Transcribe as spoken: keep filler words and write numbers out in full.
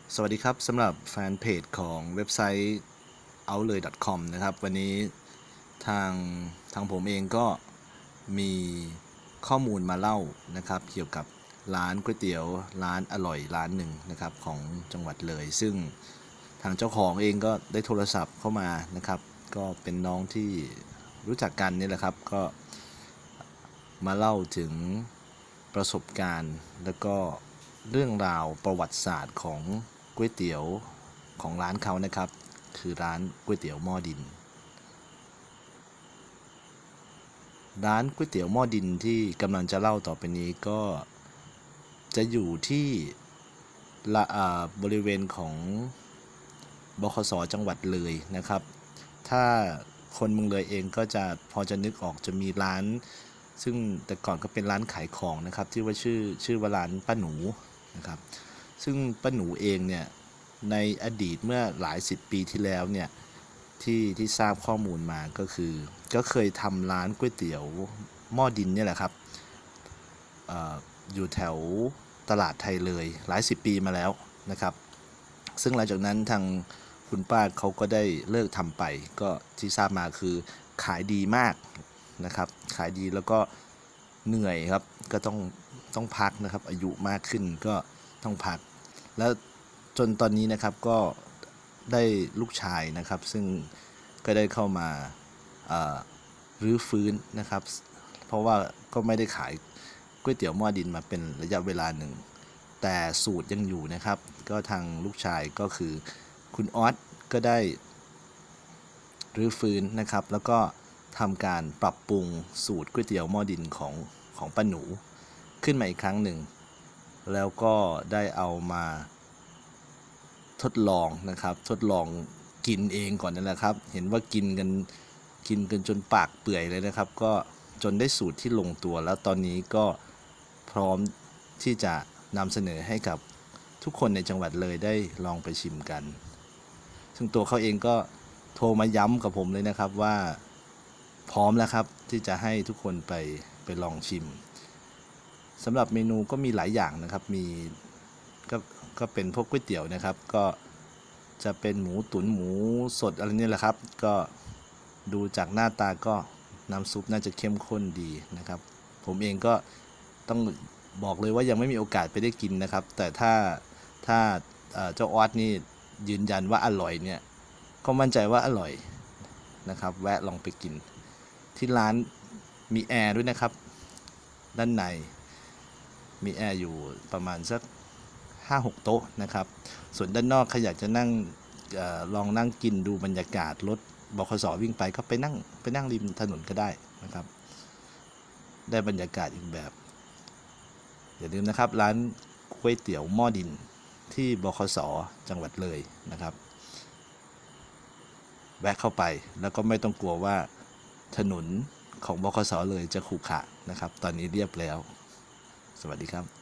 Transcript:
สวัสดีครับสำหรับแฟนเพจของเว็บไซต์ เอาเลย ดอท คอม นะครับวันนี้ทางทางผมเองก็มีข้อมูลมาเล่านะครับเกี่ยวกับร้านก๋วยเตี๋ยวร้านอร่อยร้านหนึ่งนะครับของจังหวัดเลยซึ่งทางเจ้าของเองก็ได้โทรศัพท์เข้ามานะครับก็เป็นน้องที่รู้จักกันนี่แหละครับก็มาเล่าถึงประสบการณ์แล้วก็เรื่องราวประวัติศาสตร์ของก๋วยเตี๋ยวของร้านเขานะครับคือร้านก๋วยเตี๋ยวหม้อดินร้านก๋วยเตี๋ยวหม้อดินที่กำลังจะเล่าต่อไปนี้ก็จะอยู่ที่ละบริเวณของบขสจังหวัดเลยนะครับถ้าคนเมืองเลยเองก็จะพอจะนึกออกจะมีร้านซึ่งแต่ก่อนก็เป็นร้านขายของนะครับที่ว่าชื่อชื่อว่าร้านป้าหนูนะครับซึ่งป้าหนูเองเนี่ยในอดีตเมื่อหลายสิบปีที่แล้วเนี่ยที่ที่ทราบข้อมูลมาก็คือก็เคยทำร้านก๋วยเตี๋ยวหม้อดินเนี่ยแหละครับ อ, อยู่แถวตลาดไทยเลยหลายสิบปีมาแล้วนะครับซึ่งหลังจากนั้นทางคุณป้าเขาก็ได้เลิกทำไปก็ที่ทราบมาคือขายดีมากนะครับขายดีแล้วก็เหนื่อยครับก็ต้องต้องพักนะครับอายุมากขึ้นก็ต้องพักแล้วจนตอนนี้นะครับก็ได้ลูกชายนะครับซึ่งก็ได้เข้ามารื้อฟื้นนะครับเพราะว่าก็ไม่ได้ขายก๋วยเตี๋ยวหม้อดินมาเป็นระยะเวลาหนึ่งแต่สูตรยังอยู่นะครับก็ทางลูกชายก็คือคุณออสก็ได้รื้อฟื้นนะครับแล้วก็ทำการปรับปรุงสูตรก๋วยเตี๋ยวหม้อดินของของป้าหนูขึ้นมาอีกครั้งหนึ่งแล้วก็ได้เอามาทดลองนะครับทดลองกินเองก่อนนั่นแหละครับเห็นว่ากินกันกินกันจนปากเปื่อยเลยนะครับก็จนได้สูตรที่ลงตัวแล้วตอนนี้ก็พร้อมที่จะนำเสนอให้กับทุกคนในจังหวัดเลยได้ลองไปชิมกันซึ่งตัวเขาเองก็โทรมาย้ำกับผมเลยนะครับว่าพร้อมแล้วครับที่จะให้ทุกคนไปไปลองชิมสำหรับเมนูก็มีหลายอย่างนะครับมีก็ก็เป็นพวกก๋วยเตี๋ยวนะครับก็จะเป็นหมูตุ๋นหมูสดอะไรนี่แหละครับก็ดูจากหน้าตาก็น้ำซุปน่าจะเข้มข้นดีนะครับผมเองก็ต้องบอกเลยว่ายังไม่มีโอกาสไปได้กินนะครับแต่ถ้าถ้าเจ้าออสนี่ยืนยันว่าอร่อยเนี่ยก็มั่นใจว่าอร่อยนะครับแวะลองไปกินที่ร้านมีแอร์ด้วยนะครับด้านในมีแอร์อยู่ประมาณสัก ห้าหก โต๊ะนะครับส่วนด้านนอกใครอยากจะนั่งออลองนั่งกินดูบรรยากาศรถบขสวิ่งไปก็ไปนั่งไปนั่งริมถนนก็ได้นะครับได้บรรยากาศอีกแบบอย่าลืมนะครับร้านก๋วยเตี๋ยวหม้อดินที่บขสจังหวัดเลยนะครับแวะเข้าไปแล้วก็ไม่ต้องกลัวว่าถนนของบขสเลยจะขรุขระนะครับตอนนี้เรียบแล้วสวัสดีครับ